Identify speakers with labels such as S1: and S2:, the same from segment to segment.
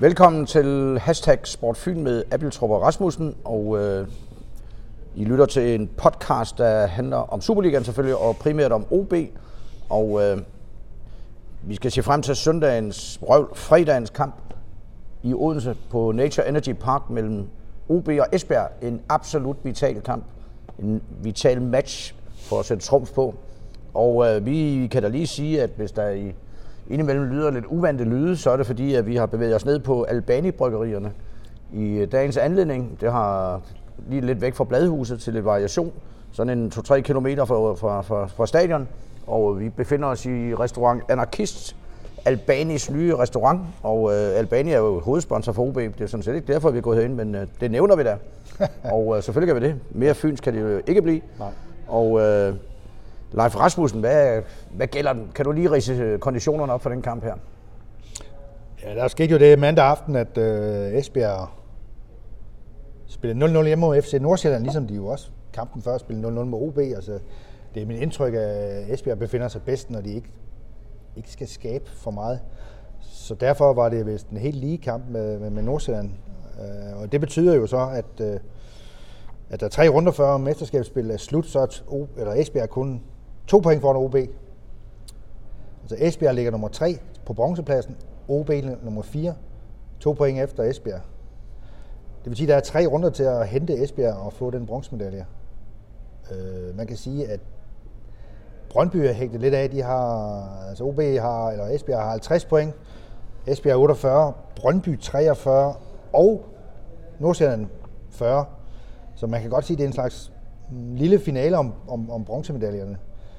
S1: Velkommen til #SportFyn med Abildrup og Rasmussen, og I lytter til en podcast, der handler om Superligaen selvfølgelig, og primært om OB. Og vi skal se frem til fredagens kamp i Odense på Nature Energy Park mellem OB og Esbjerg. En absolut vital kamp, en vital match for at sætte trumf på. Og vi kan da lige sige, at hvis der indimellem lyder lidt uvante lyde, så er det fordi, at vi har bevæget os ned på Albani-bryggerierne i dagens anledning. Det har lige lidt væk fra Bladhuset til lidt variation, sådan en 2-3 kilometer fra stadion. Og vi befinder os i restaurant Anarkist, Albanis nye restaurant. Og Albani er jo hovedsponsor for OB. Det er sådan set ikke derfor, vi er gået herind, men det nævner vi da. Og selvfølgelig kan vi det. Mere fyns kan det jo ikke blive. Nej. Og Leif Rasmussen, hvad gælder den? Kan du lige ridse konditionerne op for den kamp her?
S2: Ja, der skete jo det mandag aften, at Esbjerg spillede 0-0 hjemme mod FC Nordsjælland, ligesom de jo også kampen før spillede 0-0 med OB. Altså, det er mit indtryk, at Esbjerg befinder sig bedst, når de ikke skal skabe for meget. Så derfor var det vist en helt lige kamp med Nordsjælland. Og det betyder jo så, at der 3 runder før mesterskabsspillet er slut, så er Esbjerg kun 2 point foran OB. Altså Esbjerg ligger nummer 3 på bronzepladsen, OB nummer 4, 2 point efter Esbjerg. Det vil sige, at der er 3 runder til at hente Esbjerg og få den bronzemedalje. Man kan sige, at Brøndby er hægtet lidt af. Esbjerg har 50 point, Esbjerg 48, Brøndby 43 og Nordsjælland 40. Så man kan godt sige, at det er en slags lille finale om bronzemedaljerne.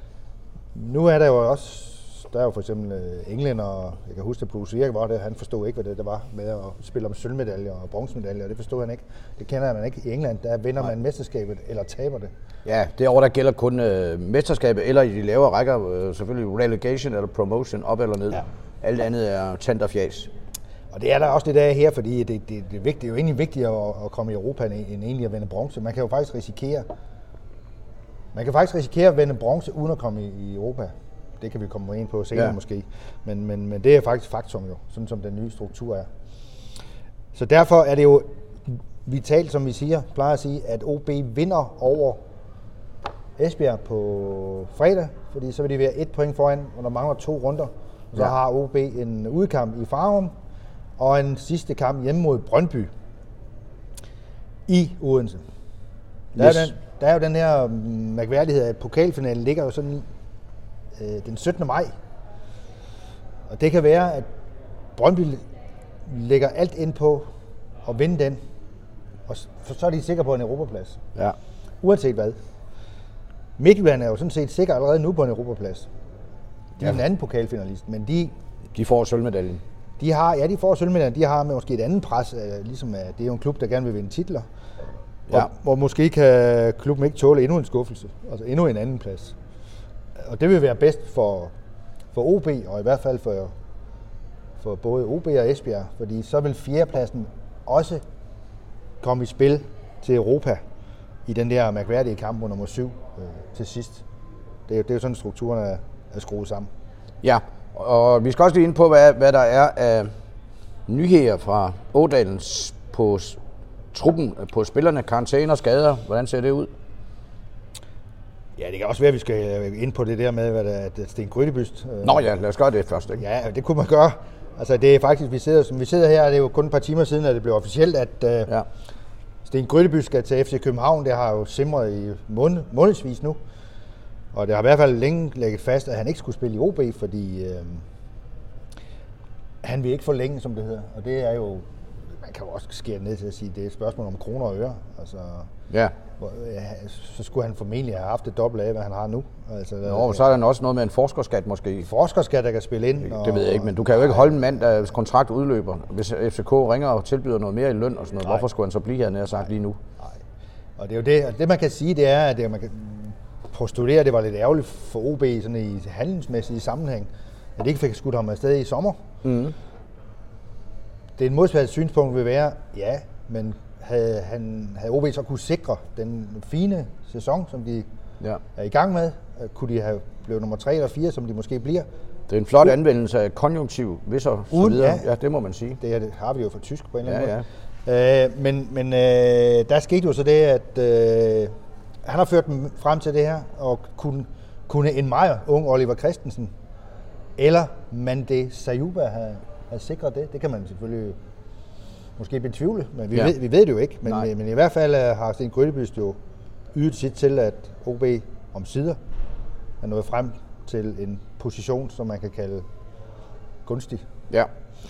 S2: Nu er der jo også, for eksempel englænder, og jeg kan huske, at Bruce Virke var det, han forstod ikke, hvad det var med at spille om sølvmedaljer og bronzemedaljer, det forstod han ikke. Det kender man ikke i England, der vinder man mesterskabet eller taber det.
S1: Ja, derovre der gælder kun mesterskabet, eller i de lavere rækker, selvfølgelig relegation eller promotion, op eller ned. Ja. Alt andet er tant og fjæs. Og
S2: det er der også lidt af her, fordi det er jo egentlig vigtigere at komme i Europa, end egentlig at vinde bronze. Man kan jo faktisk risikere at vinde bronze, uden at komme i Europa. Det kan vi komme ind på senere måske. Men det er faktisk faktum jo, sådan som den nye struktur er. Så derfor er det jo vitalt, som vi plejer at sige, at OB vinder over Esbjerg på fredag, fordi så vil de være 1 point foran, og der mangler 2 runder. Så har OB en udkamp i Farum, og en sidste kamp hjemme mod Brøndby i Odense. Der er jo den her mærkværdighed, at pokalfinalen ligger jo sådan den 17. maj. Og det kan være, at Brøndby lægger alt ind på at vinde den, og så er de sikre på en europaplads. Ja. Uanset hvad. Midtjylland er jo sådan set sikker allerede nu på en europaplads. De er en anden pokalfinalist, men
S1: de får sølvmedaljen.
S2: De får sølvmedaljen. De har måske et andet pres, ligesom at det er jo en klub, der gerne vil vinde titler. Ja. Hvor måske kan klubben ikke tåle endnu en skuffelse, altså endnu en anden plads. Og det vil være bedst for OB, og i hvert fald for både OB og Esbjerg, fordi så vil 4. pladsen også komme i spil til Europa i den der mærkværdige kamp mod nummer 7 til sidst. Det er jo sådan, strukturen er skruet sammen.
S1: Ja, og vi skal også lige ind på, hvad der er af nyheder fra Ådalens på truppen, på spillerne, karantæne og skader. Hvordan ser det ud?
S2: Ja, det kan også være, at vi skal ind på det der med, at Sten Grydebyst.
S1: Nå ja, lad os gøre det først, ikke?
S2: Ja, det kunne man gøre. Altså, det er faktisk, vi sidder her, det er jo kun et par timer siden, at det blev officielt, at Sten Grydebyst skal til FC København. Det har jo simret i månedsvis nu. Og det har i hvert fald længe lægget fast, at han ikke skulle spille i OB, fordi han vil ikke forlænge, som det hedder. Og det er jo, man kan jo også skære ned til at sige, det er et spørgsmål om kroner og øre. Altså, så skulle han formentlig have haft det dobbelt af, hvad han har nu. Altså,
S1: så er der også noget med en forskerskat måske.
S2: Forskerskat, der kan spille ind.
S1: Det ved jeg ikke, men du kan jo ikke holde en mand, der kontrakt udløber. Hvis FCK ringer og tilbyder noget mere i løn og sådan noget, hvorfor skulle han så blive her, nær sagt lige nu? Nej.
S2: Og det er jo det man kan sige, det er, at man kan postulere, at det var lidt ærgerligt for OB sådan i handelsmæssige sammenhæng, at de ikke fik skudt ham afsted i sommer. Mm. Det er et modsat synspunkt vil være, ja, men havde OB så kunne sikre den fine sæson, som de er i gang med, Kunne de have blevet nummer 3 eller 4, som de måske bliver?
S1: Det er en flot anvendelse af konjunktiv, hvis og så videre. Ja, det må man sige.
S2: Det har vi jo fra tysk på en eller anden måde. Men der skete jo så det, at han har ført dem frem til det her, og kunne en meget ung Oliver Christensen eller Mande Sayuba have sikret det? Det kan man selvfølgelig måske betvivle, men vi ved det jo ikke. Men i hvert fald har Sten Grydebyst jo ydet sit til, at OB omsider er nået frem til en position, som man kan kalde gunstig.
S1: Ja.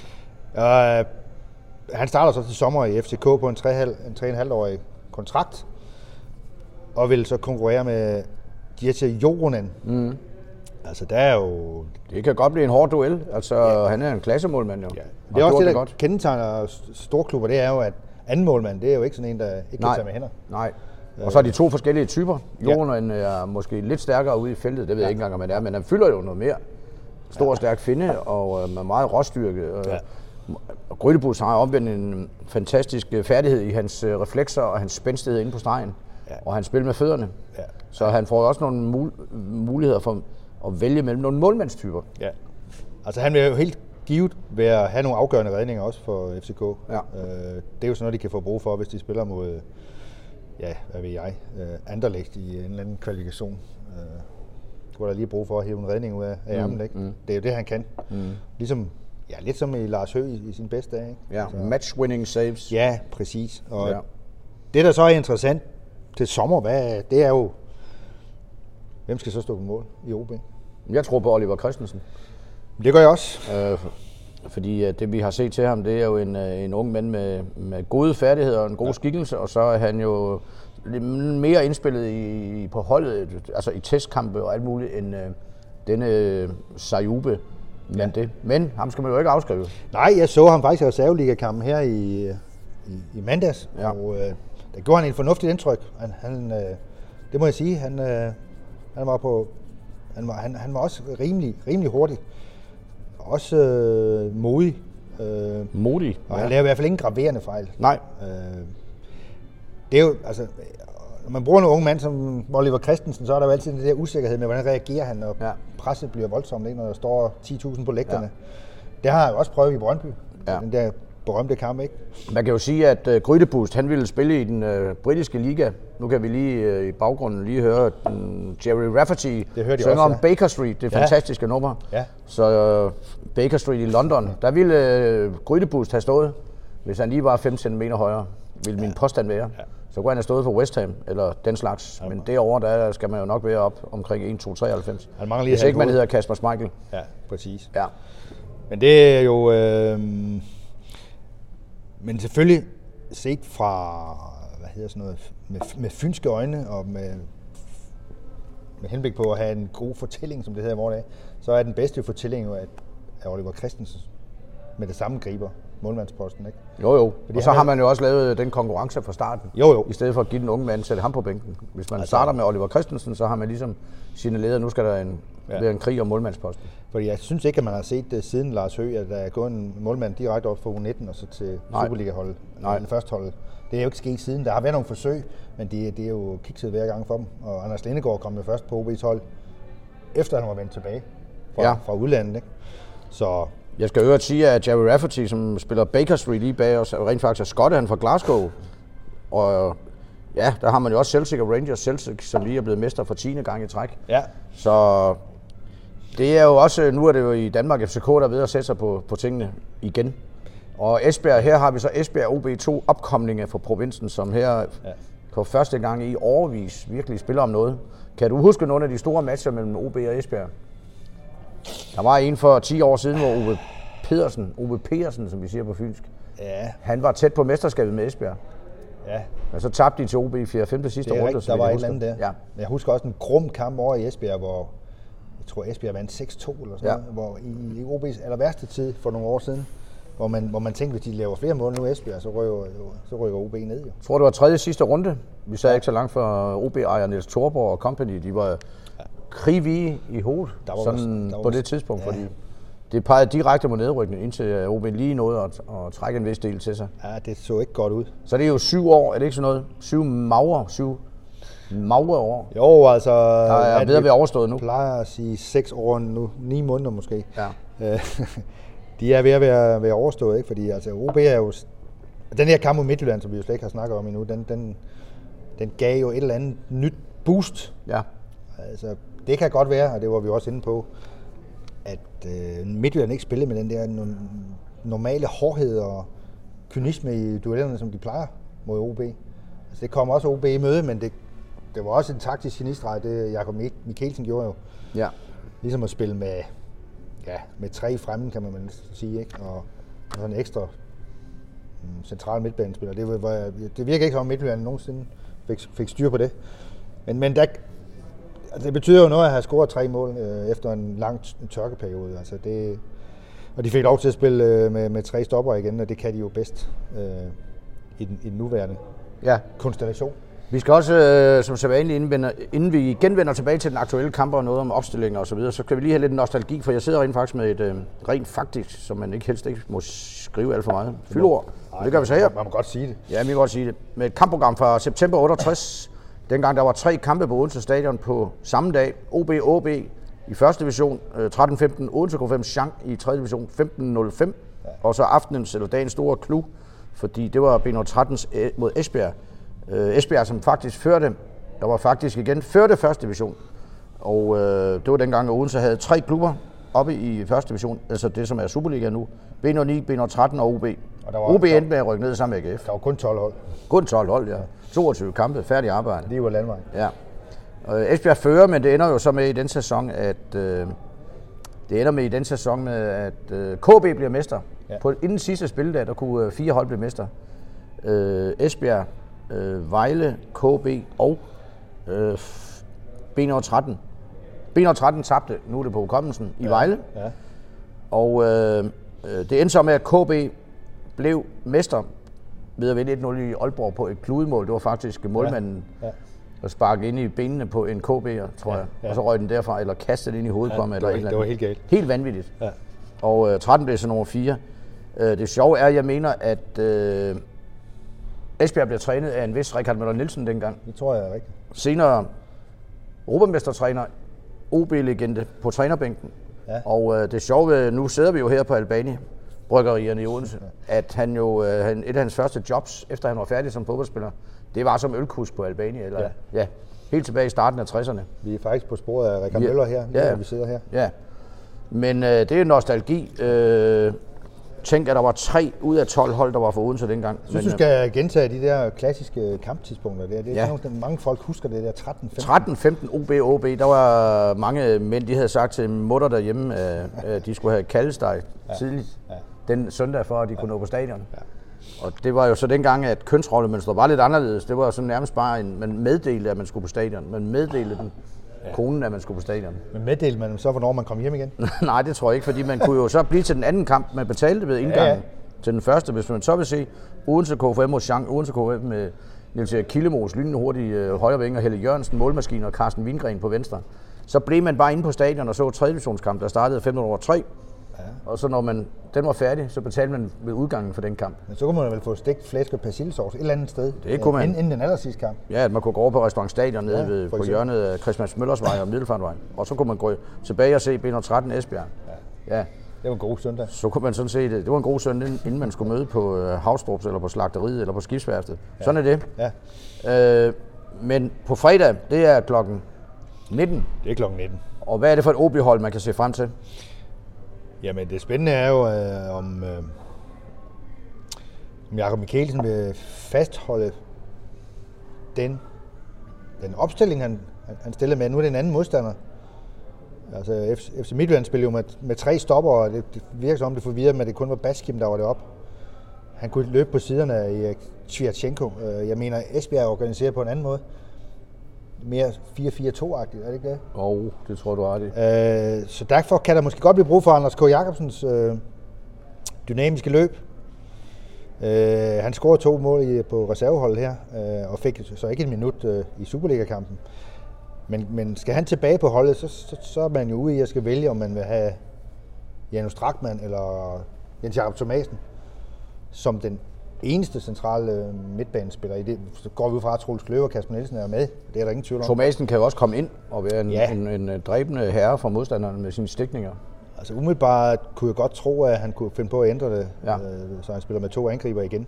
S2: Han starter så til sommer i FCK på en 3,5-årig kontrakt, og vil så konkurrere med Jesse Joronen. Mm. Altså, der er jo...
S1: Det kan godt blive en hård duel. Altså, han er en klassemålmand jo. Ja.
S2: Det er også det, der kendetegner storklubber, det er jo, at anden målmand, det er jo ikke sådan en, der ikke kan tage med hænder.
S1: Nej. Og så er de to forskellige typer. Joronen er måske lidt stærkere ude i feltet, det ved jeg ikke engang, om han er, men han fylder jo noget mere. Stor og stærk finde, og med meget råstyrke. Ja. Grydebyst har omvendt en fantastisk færdighed i hans reflekser og hans spændstighed inde på stregen. Ja. Og han spiller med fødderne. Ja. Så han får også nogle muligheder for at vælge mellem nogle målmandstyper. Ja.
S2: Altså han vil jo helt givet have nogle afgørende redninger også for FCK. Ja. Det er jo sådan noget, de kan få brug for, hvis de spiller mod, hvad ved jeg, Anderlecht i en eller anden kvalifikation. Hvor der lige er brug for at hæve en redning ud af ærmen, ikke? Mm. Det er jo det, han kan. Mm. Ligesom, lidt som i Lars Høgh i sin bedste dag, ikke?
S1: Ja, match-winning saves.
S2: Ja, præcis. Og det, der så er interessant til sommer, det er jo, hvem skal så stå på mål i OB?
S1: Jeg tror på Oliver Christensen.
S2: Det gør jeg også.
S1: Fordi det, vi har set til ham, det er jo en ung mand med gode færdigheder og en god skikkelse, og så er han jo mere indspillet på holdet, altså i testkampe og alt muligt, end denne Sayube. Men ham skal man jo ikke afskrive.
S2: Nej, jeg så ham faktisk i reserveligakampen her i mandags, og der gjorde han et fornuftigt indtryk. Det må jeg sige, han var også rimelig hurtig. Også modig.
S1: Modig?
S2: Og han laver i hvert fald ingen graverende fejl.
S1: Nej.
S2: Det er jo, altså, når man bruger en ung mand som Oliver Christensen, så er der jo altid den der usikkerhed med, hvordan reagerer han, når presset bliver voldsomt, ikke? Når der står 10.000 på lægterne. Ja. Det har jeg jo også prøvet i Brøndby, den der berømte kamp, ikke?
S1: Man kan jo sige, at Grydebyst, han ville spille i den britiske liga. Nu kan vi lige i baggrunden lige høre Jerry Rafferty synge om Baker Street, det fantastiske nummer. Ja. Så Baker Street i London, der ville Grydebyst have stået, hvis han lige var 5 cm højere, ville min påstand være. Ja. Så kunne han have stået for West Ham, eller den slags. Ja. Men derovre, der skal man jo nok være op omkring 1,293. Hvis ikke man hedder Kasper Schmeichel.
S2: Ja, præcis.
S1: Ja.
S2: Men det er jo... Men selvfølgelig set fra, med fynske øjne og med henblik på at have en god fortælling, som det hedder i vores dag, så er den bedste fortælling jo, at Oliver Christensen med det samme griber målmandsposten, ikke?
S1: Jo. Fordi og så har man jo også lavet den konkurrence fra starten.
S2: Jo.
S1: I stedet for at give den unge mand, sætte ham på bænken. Hvis man starter med Oliver Christensen, så har man ligesom signaleret, at nu skal der være en krig om målmandsposten.
S2: Fordi jeg synes ikke, at man har set det siden Lars Høgh, at der er gået en målmand direkte op fra U19 og så til Superliga-holdet, den første hold. Det er jo ikke sket siden. Der har været nogle forsøg, men det er jo kikset hver gang for dem. Og Anders Lindegaard kom jo først på OB's hold, efter han var vendt tilbage fra udlandet, ikke? Så
S1: jeg skal øvrigt sige, at Jerry Rafferty, som spiller Baker Street lige bag os, rent faktisk er skotte, han fra Glasgow. Og der har man jo også Celtic og Rangers. Celtic, som lige er blevet mester for 10. gang i træk. Ja. Så det er jo også, nu er det jo i Danmark FCK, der er ved at sætte sig på tingene igen. Og Esbjerg, her har vi så Esbjerg OB2 opkomlinge fra provinsen, som her på første gang i årevis virkelig spiller om noget. Kan du huske nogle af de store matcher mellem OB og Esbjerg? Der var en for 10 år siden, hvor Ove Pedersen, som vi siger på fynsk, han var tæt på mesterskabet med Esbjerg. Ja. Men så tabte de til OB i 4. sidste runde.
S2: Rigtigt, der var et eller andet der. Ja. Jeg husker også en grum kamp over i Esbjerg, hvor jeg tror Esbjerg vandt 6-2 eller sådan noget, hvor i OB's aller værste tid for nogle år siden, hvor man tænkte, hvis de laver flere mål nu i Esbjerg, så rykker OB ned. Jo.
S1: Jeg tror, det var 3. sidste runde. Vi sad ikke så langt for OB-ejer Niels Thorborg og company. De var krigvige i hovedet på det tidspunkt, fordi det pegede direkte mod nedrykning, indtil OB lige nåede at trække en vis del til sig.
S2: Ja, det så ikke godt ud.
S1: Så det er jo 7 år, er det ikke sådan noget? 7 magre år.
S2: Jo, altså...
S1: Der er ved at være overstået nu.
S2: Plejer at sige 6 år nu, 9 måneder måske.
S1: Ja.
S2: De er ved at være overstået, ikke? Fordi altså, OB er jo... Den her kamp mod Midtjylland, som vi jo slet ikke har snakket om endnu, den gav jo et eller andet nyt boost.
S1: Ja.
S2: Altså, det kan godt være, og det var vi også inde på, at Midtjylland ikke spillede med den der normale hårdhed og kynisme i duellerne, som de plejer mod OB. Altså, det kom også OB i møde, men det var også en taktisk genistreg, det Jakob Mikkelsen gjorde jo.
S1: Ja.
S2: Ligesom at spille med 3 fremme, kan man sige, ikke? Og sådan en ekstra central midtbanespiller. Det virker ikke som om Midtjylland nogensinde fik styr på det. Men der, altså det betyder jo noget at have scoret 3 mål efter en lang tørkeperiode. Altså og de fik lov til at spille med 3 stopper igen, og det kan de jo bedst i den nuværende konstellation.
S1: Vi skal også, som sædvanligt, inden vi genvender tilbage til den aktuelle kamp og noget om opstillinger og så videre, så kan vi lige have lidt nostalgi, for jeg sidder rent faktisk med et rent faktisk, som man helst ikke må skrive alt for meget, fyldord. Det gør vi så her.
S2: Man må godt sige det.
S1: Ja, vi kan godt sige det. Med et kampprogram fra september 68, dengang der var 3 kampe på Odense Stadion på samme dag. OB i første division, 13-15, Odense K5 Schank i 3. division, 15-05. Og så aftenens eller dagens store clou, fordi det var B13 mod Esbjerg. Esbjerg, som faktisk førte første division. Og det var dengang, at Odense havde 3 klubber oppe i første division, altså det, som er Superliga nu. B09, B13 og OB. OB endte med at rykke ned sammen med AGF.
S2: Der var kun 12 hold.
S1: Kun 12 hold, ja. 22 kampe, færdig arbejde.
S2: Det var landvej.
S1: Ja. Esbjerg fører, men det ender jo så med i den sæson, at KB bliver mester. Ja. Inden sidste spilledag, der kunne 4 hold blive mester. Esbjerg, Vejle, KB og B13. B13 tabte, nu er det på hukommelsen, i Vejle. Ja. Og det endte så med, at KB blev mester ved at vinde 1-0 i Aalborg på et kludemål. Det var faktisk målmanden, der sparkede ind i benene på en KB'er, tror jeg. Ja. Og så røg den derfra, eller kastede ind i hovedet på ham.
S2: Det var helt galt.
S1: Helt vanvittigt. Ja. Og 13 blev så nummer 4. Det sjove er, at jeg mener, at Esbjerg blev trænet af en vis Richard Møller Nielsen dengang.
S2: Det tror jeg er rigtigt.
S1: Senere europamestertræner, OB-legende på trænerbænken. Ja. Og det sjove, nu sidder vi jo her på Albani, bryggerierne i Odense, at han jo, et af hans første jobs, efter han var færdig som fodboldspiller, det var som ølkus på Albani, eller helt tilbage i starten af 60'erne.
S2: Vi er faktisk på sporet af Richard Møller her, når vi sidder her.
S1: Ja, men det er nostalgi. Tænk, at der var 3 ud af 12 hold, der var for Odense dengang.
S2: Jeg synes, du skal gentage de der klassiske kamptidspunkter. Det er sådan, mange folk husker det der 13-15.
S1: 13-15 OB. Der var mange mænd, de havde sagt til mutter derhjemme, at de skulle have kaldesteg tidligt den søndag, for at de kunne nå på stadion. Ja. Og det var jo så dengang, at kønsrollemønstret var lidt anderledes. Det var så nærmest bare man meddelte, at man skulle på stadion. Man meddelte den konen, at man skulle på stadion.
S2: Men meddelte man så, hvornår man kom hjem igen?
S1: Nej, det tror jeg ikke, fordi man kunne jo så blive til den anden kamp. Man betalte ved indgangen til den første. Hvis man så vil se Odense K5 mod Schank, Odense K5 med Niels Kildemos, lynende hurtige højre vinger, Helle Jørgensen, målmaskine og Carsten Wingren på venstre. Så blev man bare inde på stadion og så 3. divisionskamp, der startede 5-3. Ja. Og så når den var færdig, så betalte man ved udgangen for den kamp.
S2: Men så kunne man vel få stegt flæsk og persillesauce et eller andet sted.
S1: Det kunne man.
S2: Inden den allersidste kamp.
S1: Ja, at man kunne gå over på Restaurant Stadion nede på hjørnet af Christmas Møllersvej og Middelfartvej. Og så kunne man gå tilbage og se B13 Esbjerg. Ja.
S2: Det var en god søndag.
S1: Så kunne man sådan se det. Det var en god søndag, inden man skulle møde på Havstrups eller på slagteriet eller på skibsværftet. Ja. Sådan er det. Ja. Men på fredag, det er klokken 19.
S2: Det er klokken 19.
S1: Og hvad er det for et OB-hold, man kan se frem til?
S2: Jamen det spændende er jo, om Jakob Mikkelsen vil fastholde den opstilling, han stiller med. Nu er det en anden modstander. Altså FC Midtjylland spiller jo med 3 stopper, og det virker som om det forvirrer, men det kun var Baskim, der var det op. Han kunne løbe på siderne af Sviatchenko. Jeg mener, Esbjerg er organiseret på en anden måde. Mere 4-4-2-agtigt, er det ikke det?
S1: Det tror du ret i.
S2: Så derfor kan der måske godt blive brug for Anders K. Jacobsens dynamiske løb. Han scorede 2 mål på reserveholdet her, og fik så ikke en minut i Superliga-kampen. Men skal han tilbage på holdet, så er man jo ude i at skal vælge, om man vil have Janus Drachmann eller Jens Jakob Thomasen som den eneste centrale midtbanespiller i det. Så går vi ud fra, at Troels Kløver og Kasper Nielsen er med. Det er der ingen tvivl om.
S1: Thomasen kan jo også komme ind og være en dræbende herre for modstanderne med sine stikninger.
S2: Altså umiddelbart kunne jeg godt tro, at han kunne finde på at ændre det, så han spiller med 2 angriber igen.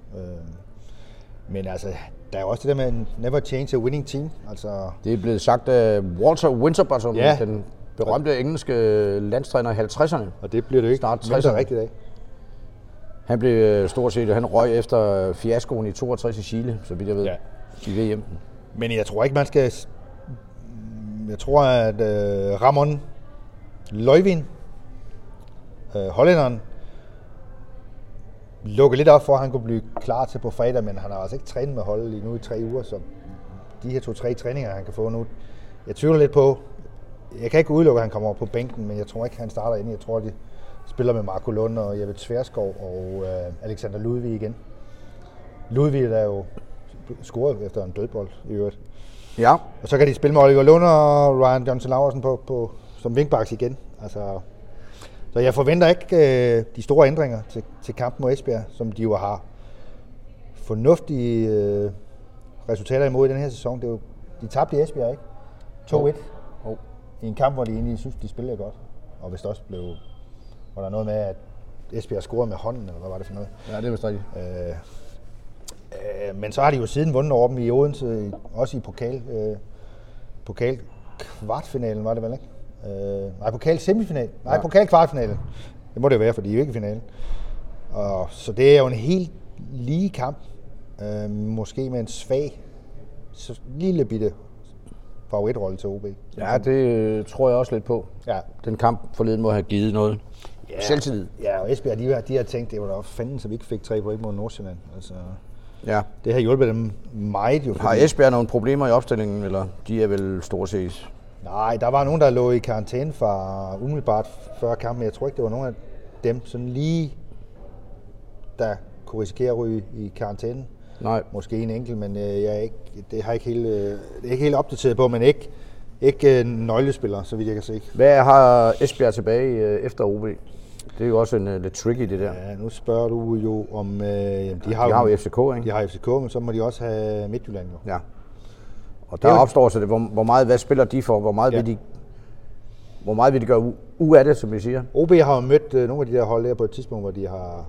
S2: Men altså, der er jo også det der med never change a winning team. Altså,
S1: det er blevet sagt af Walter Winterbottom, den berømte engelske landstræner i 50'erne.
S2: Og det bliver det jo ikke mindre rigtigt af.
S1: Han blev stort set, han røg efter fiaskoen i 62 i Chile, så vidt jeg ved, i VM.
S2: Men jeg tror ikke, man skal... Jeg tror, at Ramon Løjvind, hollænderen, lukker lidt op for, at han kunne blive klar til på fredag, men han har altså ikke trænet med holdet lige nu i 3 uger, så de her 2-3 træninger, han kan få nu, jeg tvivler lidt på. Jeg kan ikke udelukke, at han kommer over på bænken, men jeg tror ikke, han starter inde. Jeg tror, de spiller med Marco Lund og Jeppe Tverskov og Alexander Ludvig igen. Ludvig er jo scoret efter en dødbold i øvrigt.
S1: Ja.
S2: Og så kan de spille med Oliver Lund og Ryan Johnson Laursen på som wingbacks igen. Altså, så jeg forventer ikke de store ændringer til kampen mod Esbjerg, som de jo har fornuftige resultater imod i den her sæson. Det er jo, de tabte i Esbjerg, ikke? 2-1 i en kamp, hvor de egentlig synes, de spillede godt. Og hvis det også blev, hvor der er noget med, at Esbjerg scorede med hånden, eller hvad var det for noget?
S1: Ja, det er vist rigtigt.
S2: Men så har de jo siden vundet over dem i Odense, også i pokal kvartfinalen, var det vel ikke? Nej, pokal semifinal. Nej, ja. Pokal kvartfinalen. Det må det jo være, for de er jo ikke i finalen. Og så det er jo en helt lige kamp. Måske med en svag, lille bitte favoritrolle til OB.
S1: Ja, det tror jeg også lidt på.
S2: Ja. Den
S1: kamp forleden må have givet noget selvtillid.
S2: Ja, og Esbjerg, de har tænkt, det var da fanden, så vi ikke fik 3 point mod Nordsjælland. Altså,
S1: ja.
S2: Det har hjulpet dem meget jo.
S1: Har Esbjerg nogle problemer i opstillingen, eller de er vel stort set?
S2: Nej, der var nogen, der lå i karantæne fra umiddelbart før kampen. Jeg tror ikke, det var nogen af dem, sådan lige der kunne risikere at ryge i karantæne.
S1: Nej.
S2: Måske en enkelt, men jeg er ikke, det har ikke helt opdateret på, men ikke nøglespiller, så vidt jeg kan se.
S1: Hvad har Esbjerg tilbage efter OB? Det er jo også lidt tricky, det der.
S2: Ja, nu spørger du jo om...
S1: de har jo FCK, ikke?
S2: De har FCK, men så må de også have Midtjylland jo.
S1: Ja. Og der opstår så det, hvor meget, hvad spiller de for? Hvor meget vil de gøre ud af det, som vi siger?
S2: OB har jo mødt nogle af de der hold der på et tidspunkt, hvor de har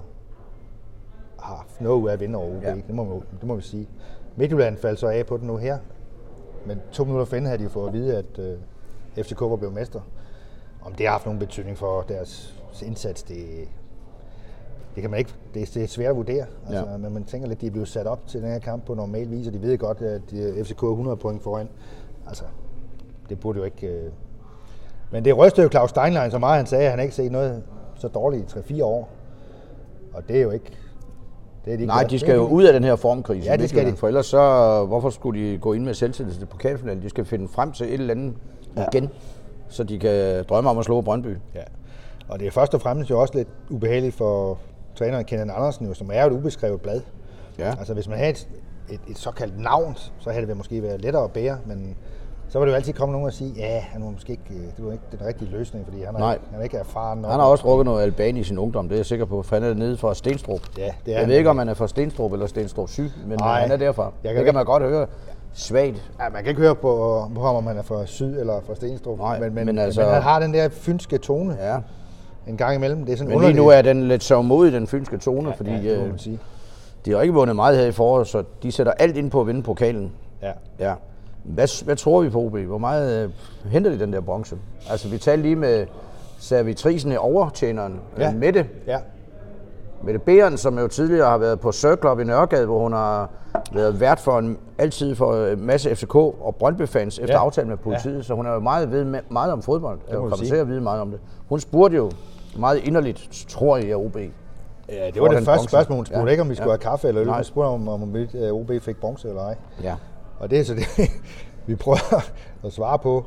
S2: haft noget ud af at vinde over OB. Ja. Det må vi sige. Midtjylland faldt så af på den nu her. Men 2 minutter forinden havde de fået at vide, at FCK var blevet mester. Om det har haft nogen betydning for deres indsats, det kan man ikke. Det er svært at vurdere. Altså, men man tænker lidt, de er blevet sat op til den her kamp på normal vis, og de ved godt, at FCK er 100 point foran. Altså, det burde jo ikke... Men det rystede jo Claus Steinlein så meget, han sagde, at han ikke set noget så dårligt i 3-4 år. Og det er jo ikke... Det er de
S1: Nej, de skal jo ud af den her formkrise.
S2: Ja, det skal de.
S1: For ellers så, hvorfor skulle de gå ind med selvtillid til pokalfinalen? De skal finde frem til et eller andet igen, så de kan drømme om at slå Brøndby. Ja.
S2: Og det er først og fremmest jo også lidt ubehageligt for træneren Kenneth Andersen, jo, som er et ubeskrevet blad. Ja. Altså hvis man havde et såkaldt navn, så havde det måske været lettere at bære, men så var det jo altid komme nogen og sige, ja, han var måske ikke, det var ikke den rigtige løsning, fordi han er ikke erfaren nok.
S1: Han har også drukket noget Albani i sin ungdom, det er jeg sikker på, for han er nede fra Stenstrup.
S2: Ja, det er
S1: jeg ved ikke, om han er fra Stenstrup eller Stenstrup Syg, men han er derfra. Det kan man godt høre. Svagt.
S2: Ja, man kan ikke høre på ham, om han er fra Syd eller fra Stenstrup,
S1: men altså,
S2: han har den der fynske tone en gang imellem. Det er sådan
S1: men lige nu er den lidt sørgmodig, den fynske tone, fordi de har ikke vundet meget her i foråret, så de sætter alt ind på at vinde pokalen. Ja. Hvad tror vi på OB? Hvor meget henter de den der bronze? Altså vi talte lige med servitrisen i overtjeneren, Mette. Ja. Mette Bæren, som jo tidligere har været på Circle i Nørregade, hvor hun har været vært altid for en masse FCK og Brøndby-fans efter aftale med politiet, så hun er jo meget om fodbold. Jeg kommer til at vide meget om det. Hun spurgte jo meget inderligt, tror I, at OB?
S2: Ja, det var det første spørgsmål. Hun spurgte ikke, om vi skulle have kaffe eller øl. Hun spurgte om OB fik bronze eller ej. Ja. Og det er så det, vi prøver at svare på.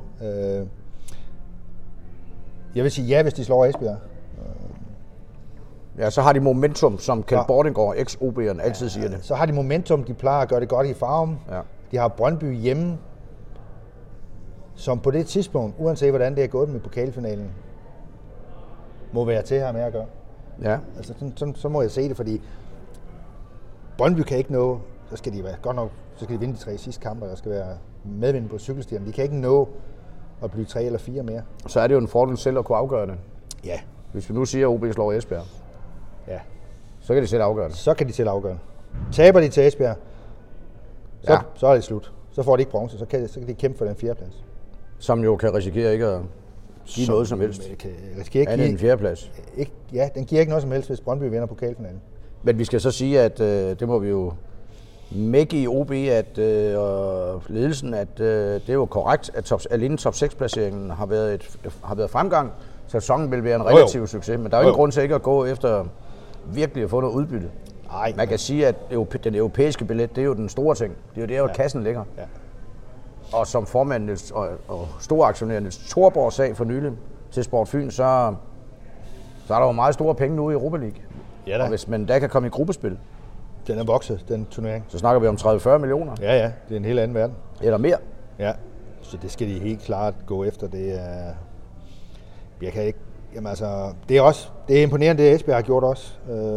S2: Jeg vil sige ja, hvis de slår Esbjerg.
S1: Ja, så har de momentum, som Kjeld Bordinggaard, ex-OB'eren, altid siger det.
S2: Så har de momentum, de plejer at gøre det godt i Farum. Ja. De har Brøndby hjemme, som på det tidspunkt, uanset hvordan det er gået dem i pokalfinalen, må være til her med at gøre. Ja. Altså, så må jeg se det, fordi Brøndby kan ikke nå, så skal de være godt nok, så skal de vinde de 3 sidste kampe, der skal være medvind på cykelstierne. De kan ikke nå at blive 3 eller 4 mere.
S1: Så er det jo en fordel selv at kunne afgøre det.
S2: Ja.
S1: Hvis vi nu siger, at OB slår Esbjerg,
S2: Ja.
S1: så kan de selv afgøre det.
S2: Så kan de selv afgøre det. Taber de til Esbjerg, så er det slut. Så får de ikke bronze, så kan de kæmpe for den 4. plads.
S1: Som jo kan risikere ikke at give noget som helst. Andet end en 4. plads.
S2: Ja, den giver ikke noget som helst, hvis Brøndby vinder pokalfinalen.
S1: Men vi skal så sige, at det må vi jo mægge i OB, at ledelsen, at det er jo korrekt, at alene top 6-placeringen har været fremgang. Sæsonen vil være en relativ succes, men der er jo ingen grund til ikke at gå efter virkelig at få noget udbytte.
S2: Nej,
S1: man kan sige, at den europæiske billet, det er jo den store ting. Det er jo der, kassen ligger. Ja. Og som formand og stor aktionær Niels Thorborg sag for nylig til Sport Fyn, så er der jo meget store penge nu i Europa League.
S2: Ja, da.
S1: Og hvis man da kan komme i gruppespil,
S2: den er vokset, den turnering.
S1: Så snakker vi om 30-40 millioner.
S2: Ja, det er en helt anden verden.
S1: Eller mere.
S2: Ja, så det skal de helt klart gå efter. Det er... Jeg kan ikke... Jamen altså, det er imponerende, det Esbjerg har gjort også.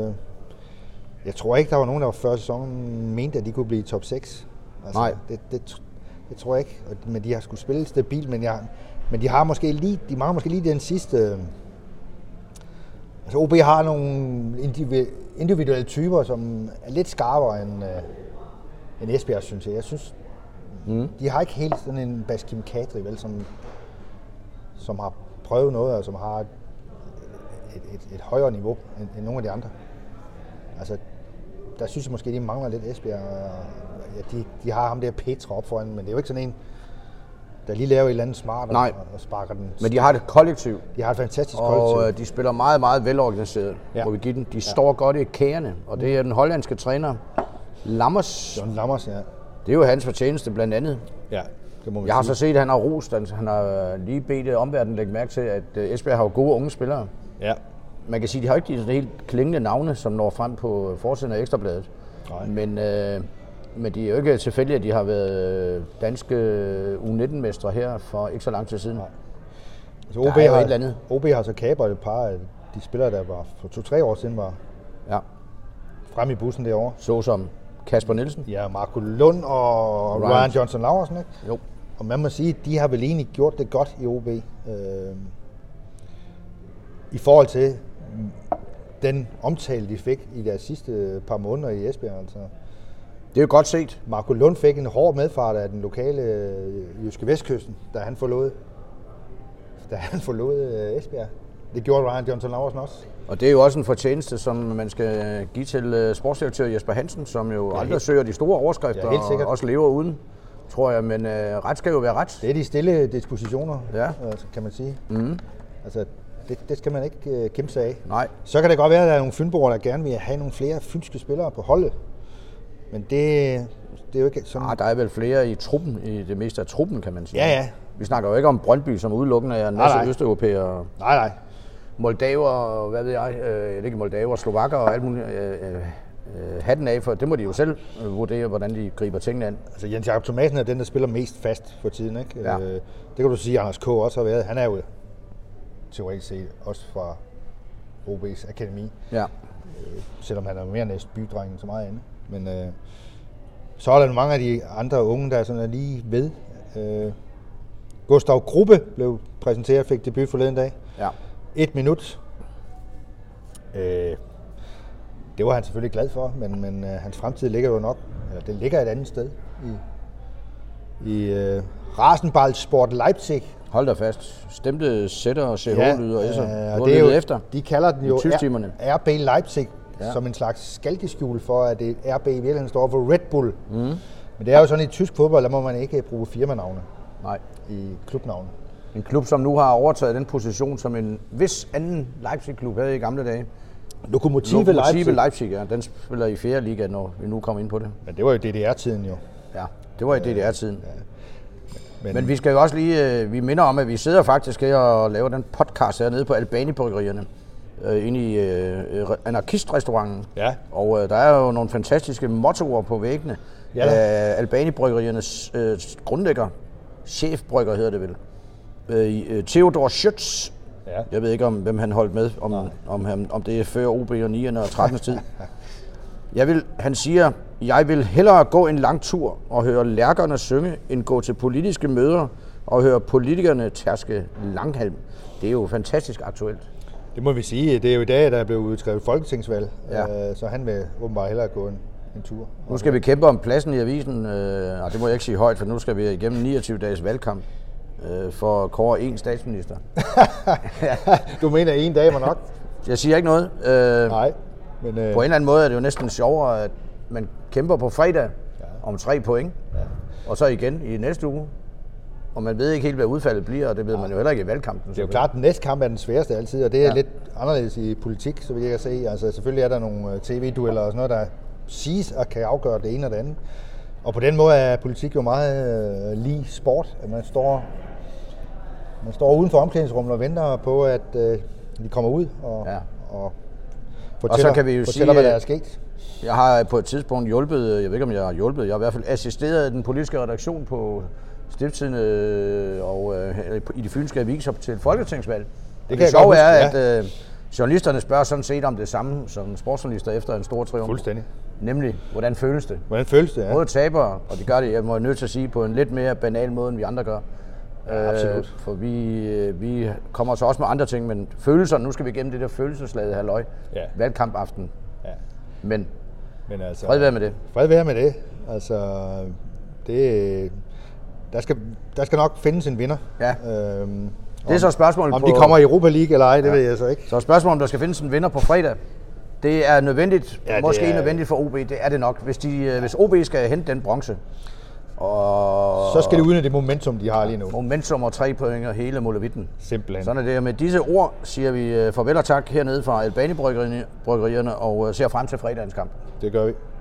S2: Jeg tror ikke, der var nogen, der var før sæsonen mente, at de kunne blive top 6. Altså,
S1: nej.
S2: Det tror jeg ikke. Men de har skulle spille stabilt, men de har måske lige den sidste... Altså OB har nogle individuelle typer, som er lidt skarpere end Esbjerg, synes jeg. Jeg synes, de har ikke helt sådan en Baskim Kadri, vel, som har prøvet noget, og som har et højere niveau end nogle af de andre. Altså, der synes jeg måske, de mangler lidt Esbjerg. Ja, de har ham der Petra op foran, men det er jo ikke sådan en, der lige laver et eller andet smart og sparker den.
S1: Men de har et kollektiv.
S2: De har et fantastisk kollektiv.
S1: Og de spiller meget, meget velorganiseret, må vi give den. De står godt i kagerne, og det er den hollandske træner, Lammers.
S2: John Lammers, ja.
S1: Det er jo hans fortjeneste blandt andet.
S2: Ja, det må vi
S1: Jeg har så set, at han har rost, han har lige bedt omverdenen lægge mærke til, at Esbjerg har jo gode unge spillere. Ja. Man kan sige, at de har ikke de helt klingende navne, som når frem på forsiden af Ekstrabladet. Men det er jo ikke tilfældigt, at de har været danske U19-mestre her for ikke så lang tid siden.
S2: Altså, OB har så kapret et par af de spillere, der var for 2-3 år siden var frem i bussen derovre.
S1: Såsom Kasper Nielsen.
S2: Ja, Marco Lund og Ryan Johnson Laursen, ikke?
S1: Jo.
S2: Og man må sige, at de har vel egentlig gjort det godt i OB. I forhold til den omtale, de fik i deres sidste par måneder i Esbjerg. Altså.
S1: Det er jo godt set.
S2: Marco Lund fik en hård medfart af den lokale jyske vestkysten, da han forlod Esbjerg. Det gjorde Ryan Johnson Laursen også. Og
S1: det er jo også en fortjeneste, som man skal give til sportsdirektør Jesper Hansen, som jo aldrig søger de store overskrifter og også lever uden, tror jeg. Men ret skal jo være ret.
S2: Det er de stille dispositioner, kan man sige. Mm. Altså, det skal man ikke kæmpe sig af.
S1: Nej.
S2: Så kan det godt være, at der er nogle fynboer, der gerne vil have nogle flere fynske spillere på holdet. Men det er jo ikke sådan...
S1: der er vel flere i truppen, i det meste af truppen, kan man sige.
S2: Ja.
S1: Vi snakker jo ikke om Brøndby, som udelukkende er en masse østeuropæere.
S2: Nej.
S1: Moldaver, hvad ved jeg, ikke Moldaver, slovakker og alt muligt. Hatten af, for det må de jo selv vurdere, hvordan de griber tingene an.
S2: Altså Jens Jakob Thomasen er den, der spiller mest fast for tiden, ikke? Ja. Det kan du sige, Anders K. også har været. Han er jo teoretisk set også fra OB's akademi. Ja. Selvom han er mere næst bydrengen så meget andet. Men så er der mange af de andre unge, der sådan er lige ved. Gustav Gruppe blev præsenteret, fik debut forleden dag. Ja. 1 minut. Det var han selvfølgelig glad for, men hans fremtid ligger jo nok, eller det ligger et andet sted i Rasenballsport Leipzig.
S1: Hold da fast. Stemte sætter og CH-lyder og S'er.
S2: Og det er jo, efter. De kalder den jo RB Leipzig som en slags skalkeskjul for, at det RB i virkeligheden står for Red Bull. Mm. Men det er jo sådan i tysk fodbold, der må man ikke bruge firmanavne i klubnavne.
S1: En klub, som nu har overtaget den position, som en vis anden Leipzig-klub havde i gamle dage.
S2: Lokomotive
S1: Leipzig, ja. Den spiller i 4. liga, når vi nu kommer ind på det.
S2: Men det var jo DDR-tiden jo.
S1: Ja, det var i DDR-tiden. Ja. Men vi skal jo også lige, vi minder om, at vi sidder faktisk her og laver den podcast hernede på Albani-bryggerierne. Inde i anarkistrestauranten. Ja. Og der er jo nogle fantastiske mottoer på væggene. Ja. Albani-bryggeriernes grundlægger, chefbrygger hedder det vel. Theodor Schütz. Ja. Jeg ved ikke, hvem han holdt med, om det er før OB og 9'erne og 13'ers tid. Han siger, jeg vil hellere gå en lang tur og høre lærkerne synge, end gå til politiske møder og høre politikerne tærske langhalm. Det er jo fantastisk aktuelt.
S2: Det må vi sige. Det er jo i dag, der er blevet udskrevet folketingsvalg, så han vil åbenbart hellere gå en tur.
S1: Nu skal vi kæmpe om pladsen i avisen, og det må jeg ikke sige højt, for nu skal vi igennem 29 dages valgkamp for at kåre en statsminister.
S2: Du mener, en dag var nok?
S1: Jeg siger ikke noget.
S2: Nej. Men,
S1: på en eller anden måde er det jo næsten sjovere, at man kæmper på fredag om 3 point, og så igen i næste uge. Og man ved ikke helt, hvad udfaldet bliver, og det ved man jo heller ikke i valgkampen.
S2: Det er jo klart, at den næste kamp er den sværeste altid, og det er lidt anderledes i politik, så vidt jeg kan se. Altså selvfølgelig er der nogle tv-dueller og sådan noget, der siges og kan afgøre det ene og det andet. Og på den måde er politik jo meget lige sport. At man står uden for omklædningsrummet og venter på, at de kommer ud og fortæller,
S1: og så kan vi jo sige,
S2: hvad der er sket.
S1: Jeg har på et tidspunkt hjulpet, jeg ved ikke om jeg har hjulpet, jeg har i hvert fald assisteret den politiske redaktion på Stiftstidende og i de fynske aviser til folketingsvalg. Det sjove er, at journalisterne spørger sådan set om det samme som sportsjournalister efter en stor triumf.
S2: Fuldstændig.
S1: Nemlig, hvordan føles det?
S2: Hvordan føles det, ja.
S1: Både tabere, og det gør det, jeg må nødt til at sige, på en lidt mere banal måde, end vi andre gør.
S2: Ja, absolut.
S1: For vi kommer så også med andre ting, men følelser, nu skal vi igennem det der følelseslaget halløj.
S2: Ja.
S1: Valgkampaften.
S2: Ja.
S1: Men
S2: altså,
S1: fred være med det.
S2: Fred være med det. Altså, der skal nok findes en vinder.
S1: Ja. Det er så spørgsmålet
S2: om de kommer i Europa League eller ej, det ved jeg så ikke.
S1: Så spørgsmålet om der skal findes en vinder på fredag. Det er nødvendigt, måske nødvendigt for OB, det er det nok, hvis OB skal hente den bronze. Og
S2: så skal de udnytte det momentum, de har lige nu.
S1: Momentum og 3 point og hele molevitten.
S2: Simpelthen.
S1: Sådan er det. Med disse ord siger vi farvel og tak hernede fra Albani-bryggerierne og ser frem til fredagens kamp.
S2: Det gør vi.